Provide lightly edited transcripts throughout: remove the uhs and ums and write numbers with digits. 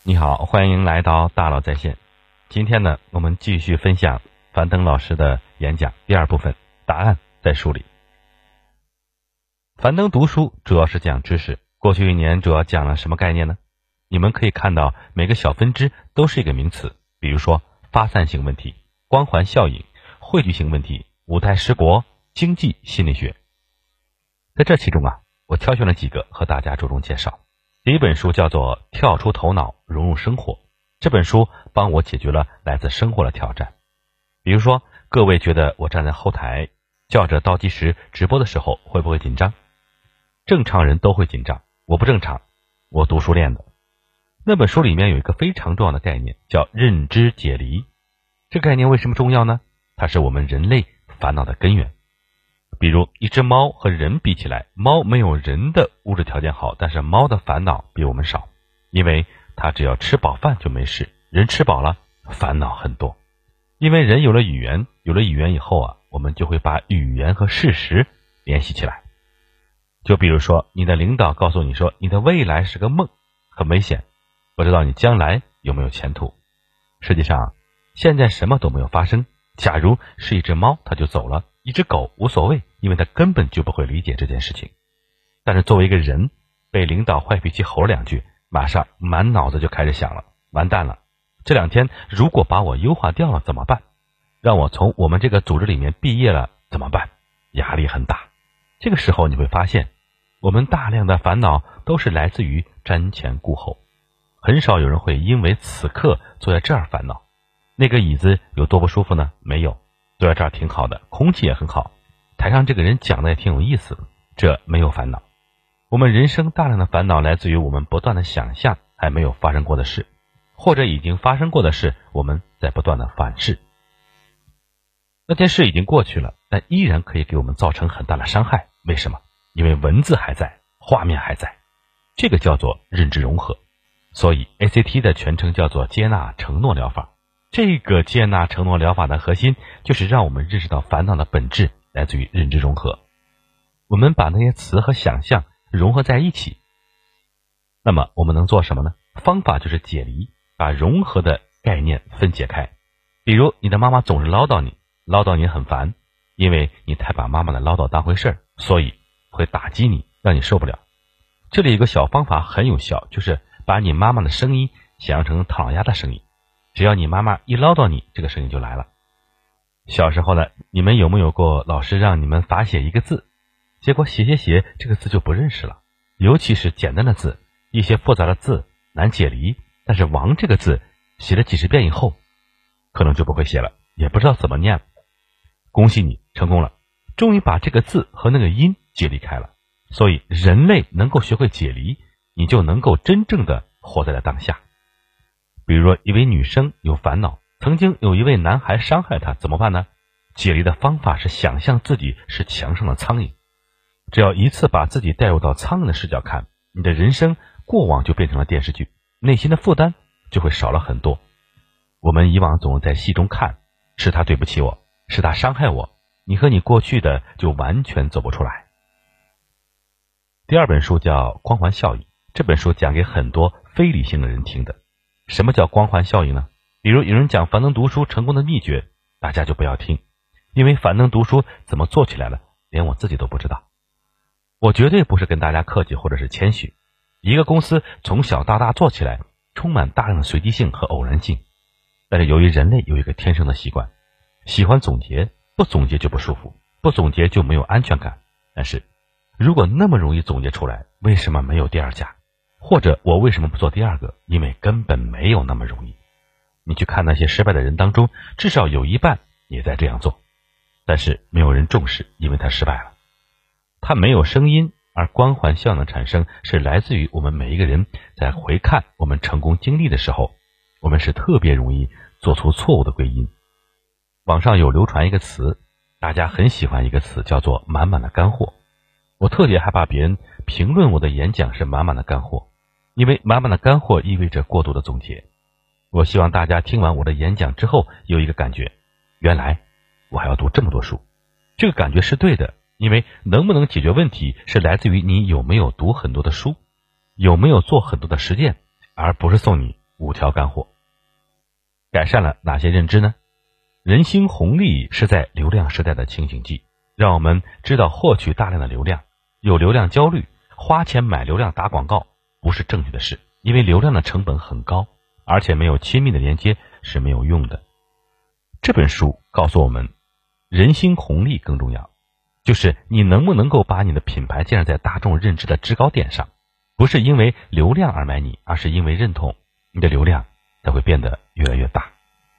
你好，欢迎来到大佬在线。今天呢，我们继续分享樊登老师的演讲第二部分，答案在书里。樊登读书主要是讲知识，过去一年主要讲了什么概念呢？你们可以看到每个小分支都是一个名词，比如说发散性问题、光环效应、汇聚性问题、五代十国、经济心理学。在这其中我挑选了几个和大家着重介绍。第一本书叫做《跳出头脑，融入生活》。这本书帮我解决了来自生活的挑战。比如说，各位觉得我站在后台叫着倒计时直播的时候会不会紧张？正常人都会紧张，我不正常，我读书练的。那本书里面有一个非常重要的概念，叫认知解离。这个概念为什么重要呢？它是我们人类烦恼的根源。比如一只猫和人比起来，猫没有人的物质条件好，但是猫的烦恼比我们少，因为它只要吃饱饭就没事，人吃饱了烦恼很多。因为人有了语言以后我们就会把语言和事实联系起来。就比如说你的领导告诉你说你的未来是个梦，很危险，不知道你将来有没有前途。实际上现在什么都没有发生，假如是一只猫它就走了，一只狗无所谓，因为它根本就不会理解这件事情。但是作为一个人，被领导坏脾气吼了两句，马上满脑子就开始想了，完蛋了，这2天如果把我优化掉了怎么办？让我从我们这个组织里面毕业了怎么办？压力很大。这个时候你会发现，我们大量的烦恼都是来自于瞻前顾后，很少有人会因为此刻坐在这儿烦恼。那个椅子有多不舒服呢？没有，坐在这儿挺好的，空气也很好，台上这个人讲的也挺有意思，这没有烦恼。我们人生大量的烦恼来自于我们不断的想象还没有发生过的事，或者已经发生过的事，我们在不断的反噬。那件事已经过去了，但依然可以给我们造成很大的伤害。为什么？因为文字还在，画面还在，这个叫做认知融合。所以 ACT 的全称叫做接纳承诺疗法。这个接纳承诺疗法的核心就是让我们认识到烦恼的本质来自于认知融合。我们把那些词和想象融合在一起，那么我们能做什么呢？方法就是解离，把融合的概念分解开。比如你的妈妈总是唠叨你很烦，因为你太把妈妈的唠叨当回事，所以会打击你，让你受不了。这里有个小方法很有效，就是把你妈妈的声音想象成唐老鸭的声音，只要你妈妈一唠叨你，这个声音就来了。小时候呢，你们有没有过老师让你们罚写一个字，结果写这个字就不认识了？尤其是简单的字，一些复杂的字难解离，但是王这个字写了几十遍以后，可能就不会写了，也不知道怎么念了。恭喜你成功了，终于把这个字和那个音解离开了。所以人类能够学会解离，你就能够真正的活在了当下。比如说一位女生有烦恼，曾经有一位男孩伤害她，怎么办呢？解离的方法是想象自己是墙上的苍蝇。只要一次把自己带入到苍蝇的视角看，你的人生过往就变成了电视剧，内心的负担就会少了很多。我们以往总是在戏中看，是他对不起我，是他伤害我，你和你过去的就完全走不出来。第二本书叫《光环效应》，这本书讲给很多非理性的人听的。什么叫光环效应呢？比如有人讲樊登读书成功的秘诀，大家就不要听，因为樊登读书怎么做起来了，连我自己都不知道。我绝对不是跟大家客气或者是谦虚。一个公司从小到大做起来，充满大量的随机性和偶然性。但是由于人类有一个天生的习惯，喜欢总结，不总结就不舒服，不总结就没有安全感。但是如果那么容易总结出来，为什么没有第二家？或者我为什么不做第二个？因为根本没有那么容易。你去看那些失败的人当中，至少有一半也在这样做，但是没有人重视，因为他失败了。他没有声音，而光环效应的产生是来自于我们每一个人在回看我们成功经历的时候，我们是特别容易做出错误的归因。网上有流传一个词，大家很喜欢一个词，叫做满满的干货。我特别害怕别人评论我的演讲是满满的干货，因为满满的干货意味着过度的总结。我希望大家听完我的演讲之后有一个感觉，原来我还要读这么多书。这个感觉是对的，因为能不能解决问题是来自于你有没有读很多的书，有没有做很多的实践，而不是送你 5条干货。改善了哪些认知呢？人心红利是在流量时代的清醒剂，让我们知道获取大量的流量，有流量焦虑，花钱买流量打广告不是正确的事，因为流量的成本很高，而且没有亲密的连接是没有用的。这本书告诉我们，人心红利更重要，就是你能不能够把你的品牌建立在大众认知的制高点上，不是因为流量而买你，而是因为认同，你的流量才会变得越来越大。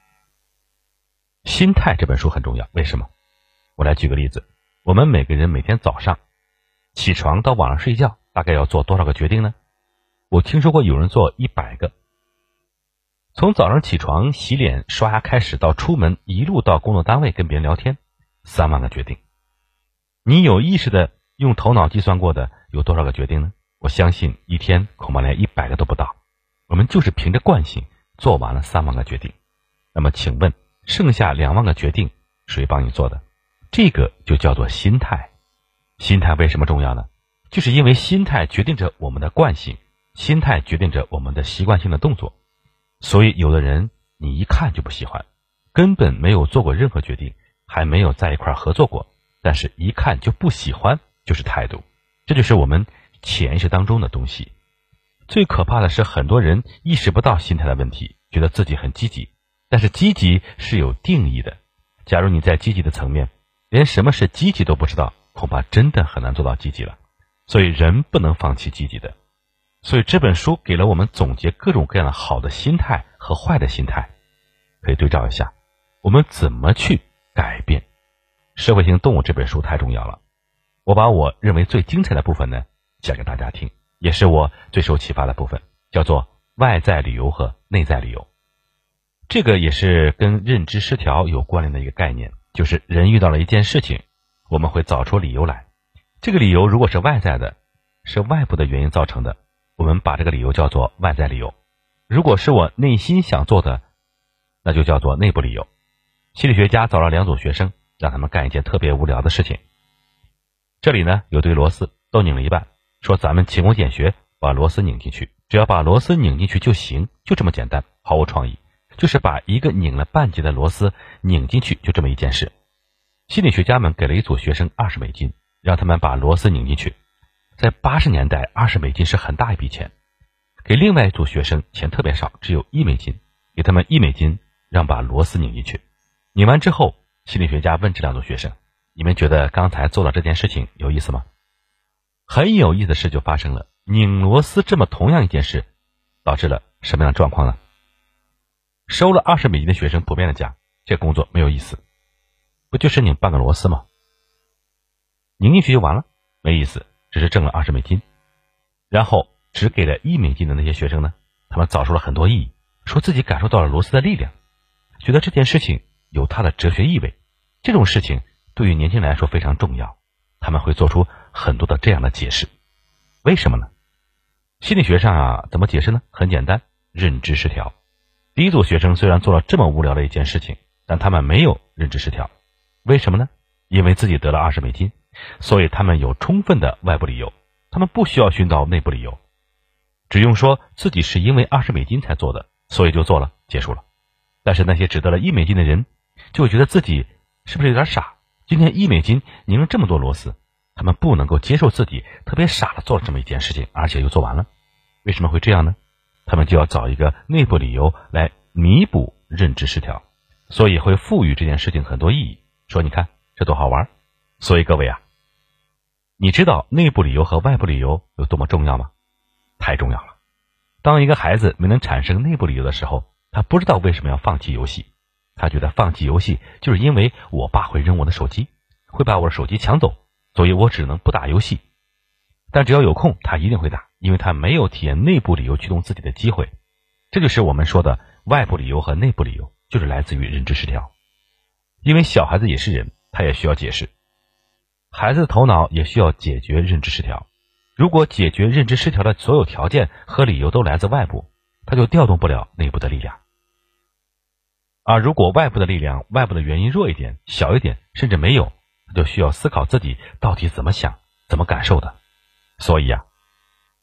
心态这本书很重要，为什么？我来举个例子，我们每个人每天早上起床到晚上睡觉，大概要做多少个决定呢？我听说过有人做100个。从早上起床洗脸刷牙开始，到出门一路到工作单位跟别人聊天，3万个决定。你有意识的用头脑计算过的有多少个决定呢？我相信一天恐怕连100个都不到。我们就是凭着惯性做完了3万个决定。那么请问剩下2万个决定谁帮你做的？这个就叫做心态。心态为什么重要呢？就是因为心态决定着我们的惯性，心态决定着我们的习惯性的动作。所以有的人你一看就不喜欢，根本没有做过任何决定，还没有在一块合作过，但是一看就不喜欢，就是态度。这就是我们潜意识当中的东西。最可怕的是很多人意识不到心态的问题，觉得自己很积极，但是积极是有定义的。假如你在积极的层面连什么是积极都不知道，恐怕真的很难做到积极了。所以人不能放弃积极的。所以这本书给了我们总结各种各样的好的心态和坏的心态，可以对照一下我们怎么去改变。社会性动物这本书太重要了，我把我认为最精彩的部分呢讲给大家听，也是我最受启发的部分，叫做外在理由和内在理由。这个也是跟认知失调有关联的一个概念，就是人遇到了一件事情，我们会找出理由来。这个理由如果是外在的，是外部的原因造成的，我们把这个理由叫做外在理由。如果是我内心想做的，那就叫做内部理由。心理学家找了2组学生，让他们干一件特别无聊的事情。这里呢有堆螺丝，都拧了一半，说咱们勤工俭学，把螺丝拧进去，只要把螺丝拧进去就行，就这么简单，毫无创意，就是把一个拧了半截的螺丝拧进去，就这么一件事。心理学家们给了一组学生20美金，让他们把螺丝拧进去。在80年代，20美金是很大一笔钱。给另外一组学生钱特别少，只有1美金，给他们1美金，让把螺丝拧进去。拧完之后，心理学家问这2组学生，你们觉得刚才做了这件事情有意思吗？很有意思的事就发生了，拧螺丝这么同样一件事，导致了什么样的状况呢？收了20美金的学生普遍的讲，这工作没有意思，不就是拧半个螺丝吗？拧进去就完了，没意思，只是挣了20美金。然后只给了1美金的那些学生呢，他们找出了很多意义，说自己感受到了螺丝的力量，觉得这件事情有它的哲学意味。这种事情对于年轻人来说非常重要，他们会做出很多的这样的解释。为什么呢？心理学上怎么解释呢？很简单，认知失调。第一组学生虽然做了这么无聊的一件事情，但他们没有认知失调。为什么呢？因为自己得了20美金，所以他们有充分的外部理由，他们不需要寻找内部理由，只用说自己是因为20美金才做的，所以就做了，结束了。但是那些只得了1美金的人，就会觉得自己是不是有点傻？今天1美金拧了这么多螺丝，他们不能够接受自己特别傻的做了这么一件事情，而且又做完了。为什么会这样呢？他们就要找一个内部理由来弥补认知失调，所以会赋予这件事情很多意义，说你看这多好玩。所以各位你知道内部理由和外部理由有多么重要吗？太重要了。当一个孩子没能产生内部理由的时候，他不知道为什么要放弃游戏，他觉得放弃游戏就是因为我爸会扔我的手机，会把我的手机抢走，所以我只能不打游戏。但只要有空他一定会打，因为他没有体验内部理由驱动自己的机会。这就是我们说的外部理由和内部理由，就是来自于认知失调。因为小孩子也是人，他也需要解释，孩子的头脑也需要解决认知失调。如果解决认知失调的所有条件和理由都来自外部，他就调动不了内部的力量。而如果外部的力量、外部的原因弱一点、小一点，甚至没有，他就需要思考自己到底怎么想、怎么感受的。所以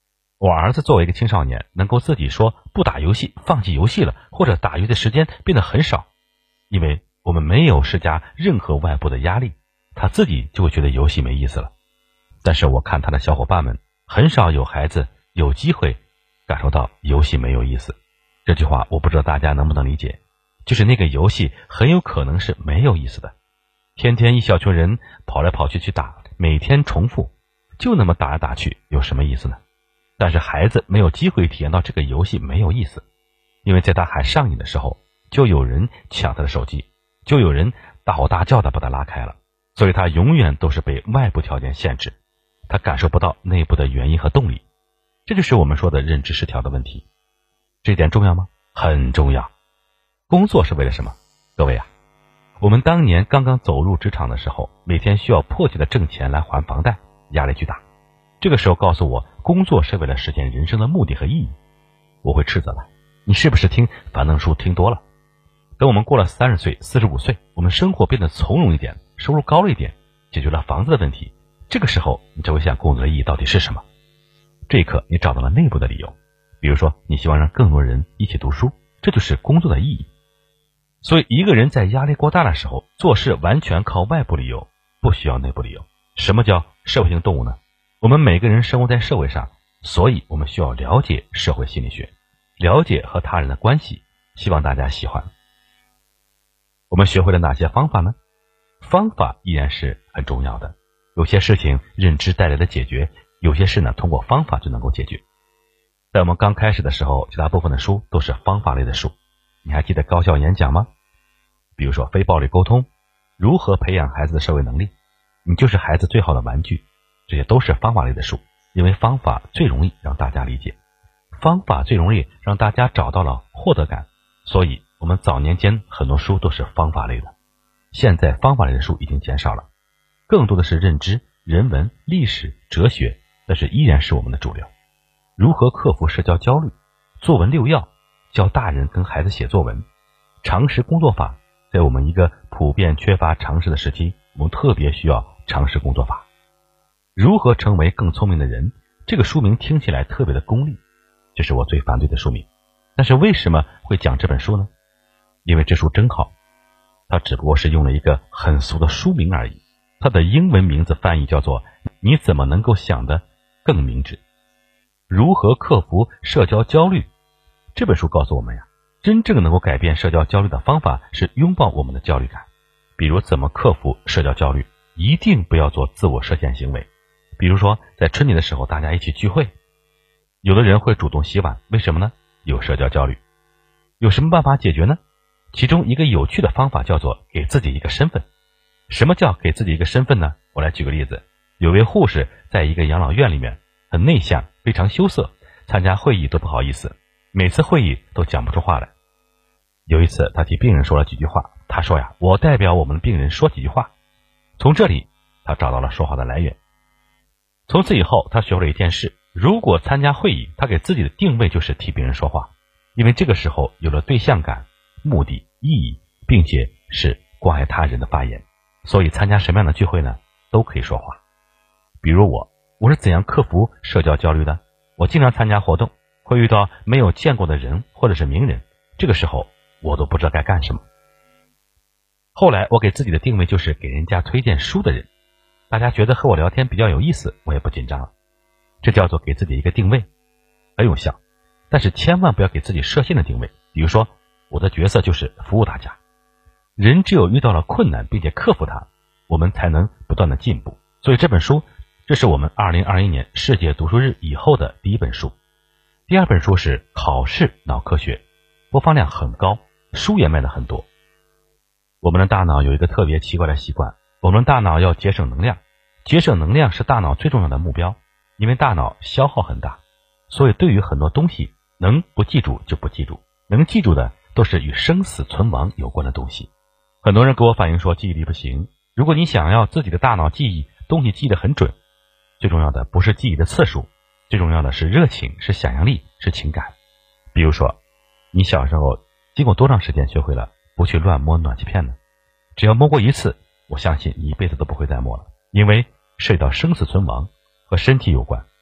我儿子作为一个青少年，能够自己说不打游戏，放弃游戏了，或者打游戏的时间变得很少，因为我们没有施加任何外部的压力，他自己就会觉得游戏没意思了。但是我看他的小伙伴们，很少有孩子有机会感受到游戏没有意思。这句话我不知道大家能不能理解，就是那个游戏很有可能是没有意思的，天天一小群人跑来跑去去打，每天重复，就那么打来打去，有什么意思呢？但是孩子没有机会体验到这个游戏没有意思，因为在他还上瘾的时候，就有人抢他的手机，就有人大吼大叫的把他拉开了，所以他永远都是被外部条件限制，他感受不到内部的原因和动力。这就是我们说的认知失调的问题。这一点重要吗？很重要。工作是为了什么？各位啊，我们当年刚刚走入职场的时候，每天需要迫切的挣钱来还房贷，压力巨大。这个时候告诉我工作是为了实现人生的目的和意义，我会斥责了，你是不是听樊登书听多了？等我们过了30岁、45岁，我们生活变得从容一点，收入高了一点，解决了房子的问题，这个时候你就会想工作的意义到底是什么？这一刻你找到了内部的理由，比如说你希望让更多人一起读书，这就是工作的意义。所以一个人在压力过大的时候，做事完全靠外部理由，不需要内部理由。什么叫社会性动物呢？我们每个人生活在社会上，所以我们需要了解社会心理学，了解和他人的关系，希望大家喜欢。我们学会了哪些方法呢？方法依然是很重要的，有些事情认知带来的解决，有些事呢通过方法就能够解决。在我们刚开始的时候，绝大部分的书都是方法类的书，你还记得高效演讲吗？比如说非暴力沟通，如何培养孩子的社会能力，你就是孩子最好的玩具，这些都是方法类的书，因为方法最容易让大家理解，方法最容易让大家找到了获得感，所以我们早年间很多书都是方法类的。现在方法类的书已经减少了，更多的是认知、人文、历史、哲学，但是依然是我们的主流。如何克服社交焦虑，作文6要，教大人跟孩子写作文，常识工作法，在我们一个普遍缺乏常识的时期，我们特别需要常识工作法。如何成为更聪明的人，这个书名听起来特别的功利，这是我最反对的书名。但是为什么会讲这本书呢？因为这书真好，它只不过是用了一个很俗的书名而已，它的英文名字翻译叫做你怎么能够想得更明智。如何克服社交焦虑，这本书告诉我们呀，真正能够改变社交焦虑的方法是拥抱我们的焦虑感。比如怎么克服社交焦虑，一定不要做自我设限行为。比如说在春节的时候大家一起聚会，有的人会主动洗碗，为什么呢？有社交焦虑。有什么办法解决呢？其中一个有趣的方法叫做给自己一个身份。什么叫给自己一个身份呢？我来举个例子，有位护士在一个养老院里面，很内向，非常羞涩，参加会议都不好意思，每次会议都讲不出话来。有一次他替病人说了几句话，他说呀，我代表我们的病人说几句话。从这里他找到了说话的来源。从此以后他学会了一件事，如果参加会议，他给自己的定位就是替病人说话，因为这个时候有了对象感、目的、意义，并且是关爱他人的发言，所以参加什么样的聚会呢，都可以说话。比如我是怎样克服社交焦虑的？我经常参加活动，会遇到没有见过的人或者是名人，这个时候我都不知道该干什么。后来我给自己的定位就是给人家推荐书的人，大家觉得和我聊天比较有意思，我也不紧张了。这叫做给自己一个定位，很有效。但是千万不要给自己设限的定位，比如说我的角色就是服务大家。人只有遇到了困难并且克服它，我们才能不断的进步。所以这本书，这是我们2021年世界读书日以后的第一本书。第二本书是考试脑科学，播放量很高，书也卖得很多。我们的大脑有一个特别奇怪的习惯，我们的大脑要节省能量，节省能量是大脑最重要的目标，因为大脑消耗很大，所以对于很多东西能不记住就不记住，能记住的都是与生死存亡有关的东西。很多人给我反映说记忆力不行，如果你想要自己的大脑记忆东西记得很准，最重要的不是记忆的次数，最重要的是热情，是想象力，是情感。比如说你小时候经过多长时间学会了不去乱摸暖气片呢？只要摸过一次，我相信你一辈子都不会再摸了，因为涉及到生死存亡和身体有关，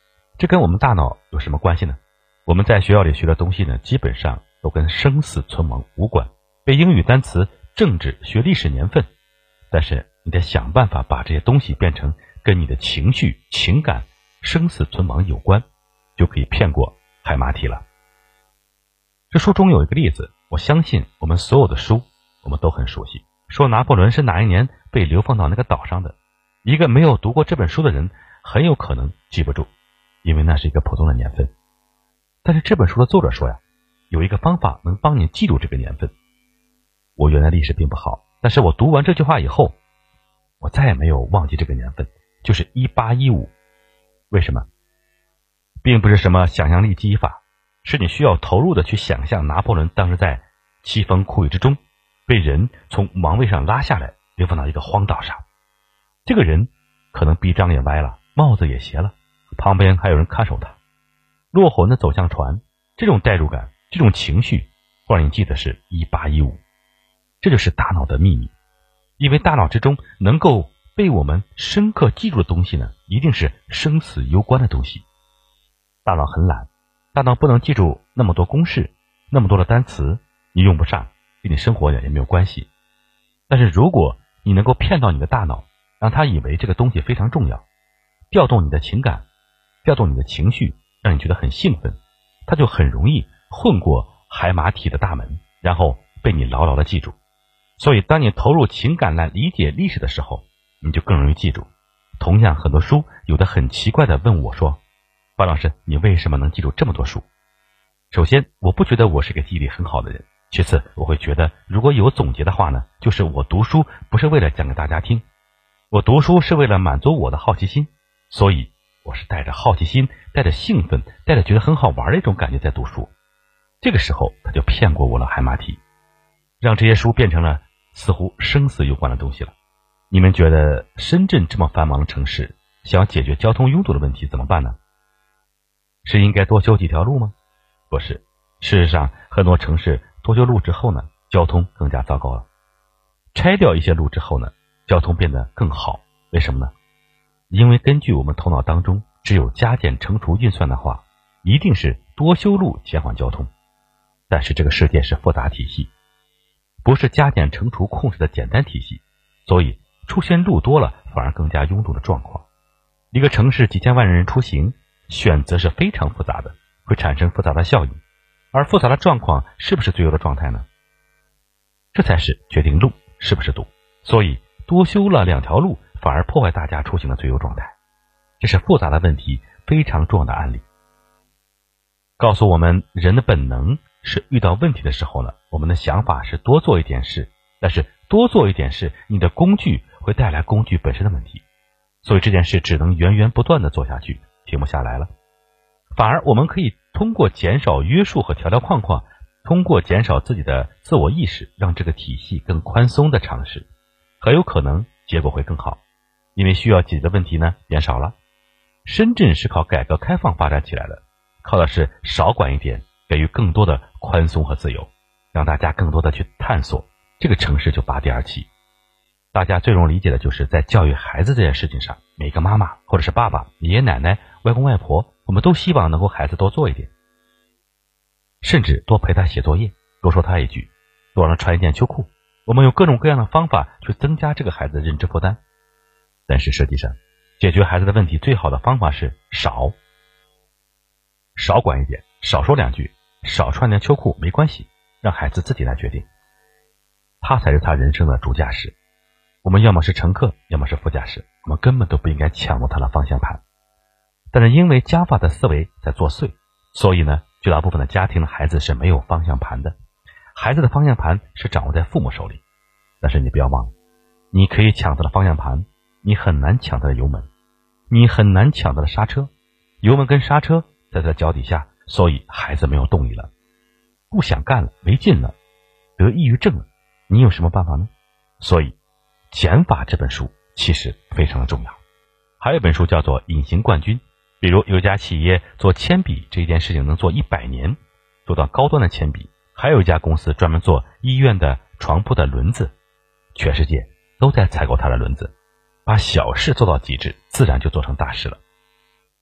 这跟我们大脑有什么关系呢？我们在学校里学的东西呢，基本上都跟生死存亡无关，背英语单词、政治、学历史年份。但是你得想办法把这些东西变成跟你的情绪、情感、生死存亡有关，就可以骗过海马体了。这书中有一个例子，我相信我们所有的书我们都很熟悉，说拿破仑是哪一年被流放到那个岛上的。一个没有读过这本书的人很有可能记不住，因为那是一个普通的年份。但是这本书的作者说呀，有一个方法能帮你记住这个年份。我原来历史并不好，但是我读完这句话以后，我再也没有忘记这个年份，就是1815。为什么？并不是什么想象力记忆法，是你需要投入的去想象拿破仑当时在凄风苦雨之中被人从王位上拉下来，流放到一个荒岛上。这个人可能臂章也歪了，帽子也斜了，旁边还有人看守他，落魂的走向船。这种代入感，这种情绪会让你记得是1815。这就是大脑的秘密。因为大脑之中能够被我们深刻记住的东西呢，一定是生死攸关的东西。大脑很懒，大脑不能记住那么多公式，那么多的单词，你用不上，跟你生活也没有关系。但是如果你能够骗到你的大脑，让他以为这个东西非常重要，调动你的情感，调动你的情绪，让你觉得很兴奋，他就很容易混过海马体的大门，然后被你牢牢的记住。所以当你投入情感来理解历史的时候，你就更容易记住。同样，很多书有的很奇怪的问我说，范老师，你为什么能记住这么多书？首先，我不觉得我是个记忆力很好的人。其次，我会觉得如果有总结的话呢，就是我读书不是为了讲给大家听，我读书是为了满足我的好奇心，所以我是带着好奇心，带着兴奋，带着觉得很好玩的一种感觉在读书。这个时候他就骗过我了海马体，让这些书变成了似乎生死有关的东西了。你们觉得深圳这么繁忙的城市，想要解决交通拥堵的问题怎么办呢？是应该多修几条路吗？不是，事实上很多城市多修路之后呢，交通更加糟糕了。拆掉一些路之后呢，交通变得更好。为什么呢？因为根据我们头脑当中只有加减乘除运算的话，一定是多修路减缓交通。但是这个世界是复杂体系，不是加减乘除控制的简单体系，所以出现路多了反而更加拥堵的状况。一个城市几千万人出行，选择是非常复杂的，会产生复杂的效应，而复杂的状况是不是最优的状态呢？这才是决定路是不是堵。所以多修了2条路反而破坏大家出行的最优状态，这是复杂的问题非常重要的案例，告诉我们人的本能是遇到问题的时候呢，我们的想法是多做一点事，但是多做一点事，你的工具会带来工具本身的问题，所以这件事只能源源不断的做下去，停不下来了。反而我们可以通过减少约束和条条框框，通过减少自己的自我意识，让这个体系更宽松的尝试，很有可能结果会更好，因为需要解决的问题呢变少了。深圳是靠改革开放发展起来的，靠的是少管一点，给予更多的宽松和自由，让大家更多的去探索，这个城市就拔地而起。大家最容易理解的就是在教育孩子这件事情上，每个妈妈或者是爸爸、爷爷奶奶、外公外婆，我们都希望能够孩子多做一点，甚至多陪他写作业，多说他一句，多让他穿一件秋裤。我们有各种各样的方法去增加这个孩子的认知负担，但是实际上解决孩子的问题最好的方法是少管一点，少说2句，少穿件秋裤没关系，让孩子自己来决定，他才是他人生的主驾驶。我们要么是乘客，要么是副驾驶，我们根本都不应该抢夺他的方向盘。但是因为加法的思维在作祟，所以呢，绝大部分的家庭的孩子是没有方向盘的，孩子的方向盘是掌握在父母手里。但是你不要忘了，你可以抢他的方向盘，你很难抢他的油门，你很难抢他的刹车，油门跟刹车在他的脚底下，所以孩子没有动力了，不想干了，没劲了，得抑郁症了，你有什么办法呢？所以减法这本书其实非常的重要。还有一本书叫做隐形冠军，比如有一家企业做铅笔这件事情能做100年，做到高端的铅笔，还有一家公司专门做医院的床铺的轮子，全世界都在采购它的轮子，把小事做到极致，自然就做成大事了。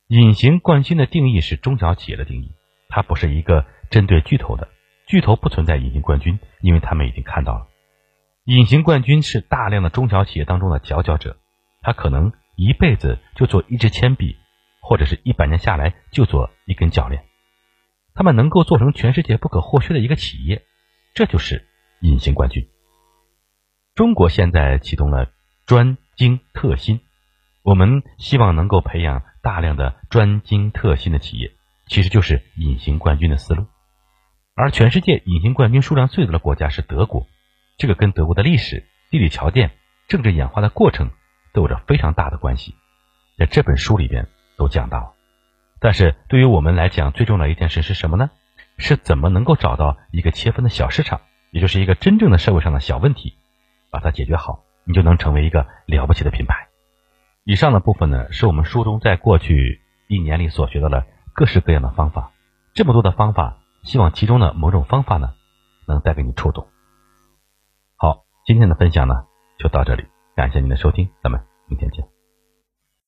隐形冠军的定义是中小企业的定义，它不是一个针对巨头的，巨头不存在隐形冠军，因为他们已经看到了。隐形冠军是大量的中小企业当中的佼佼者，他可能一辈子就做一支铅笔，或者是100年下来就做一根铰链，他们能够做成全世界不可或缺的一个企业，这就是隐形冠军。中国现在启动了专精特新，我们希望能够培养大量的专精特新的企业，其实就是隐形冠军的思路。而全世界隐形冠军数量最多的国家是德国，这个跟德国的历史、地理条件、政治演化的过程都有着非常大的关系，在这本书里边都讲到了。但是对于我们来讲，最重要的一件事是什么呢？是怎么能够找到一个切分的小市场，也就是一个真正的社会上的小问题，把它解决好，你就能成为一个了不起的品牌。以上的部分呢，是我们书中在过去1年里所学到的各式各样的方法。这么多的方法，希望其中的某种方法呢，能带给你触动。好，今天的分享呢，就到这里，感谢您的收听，咱们明天见。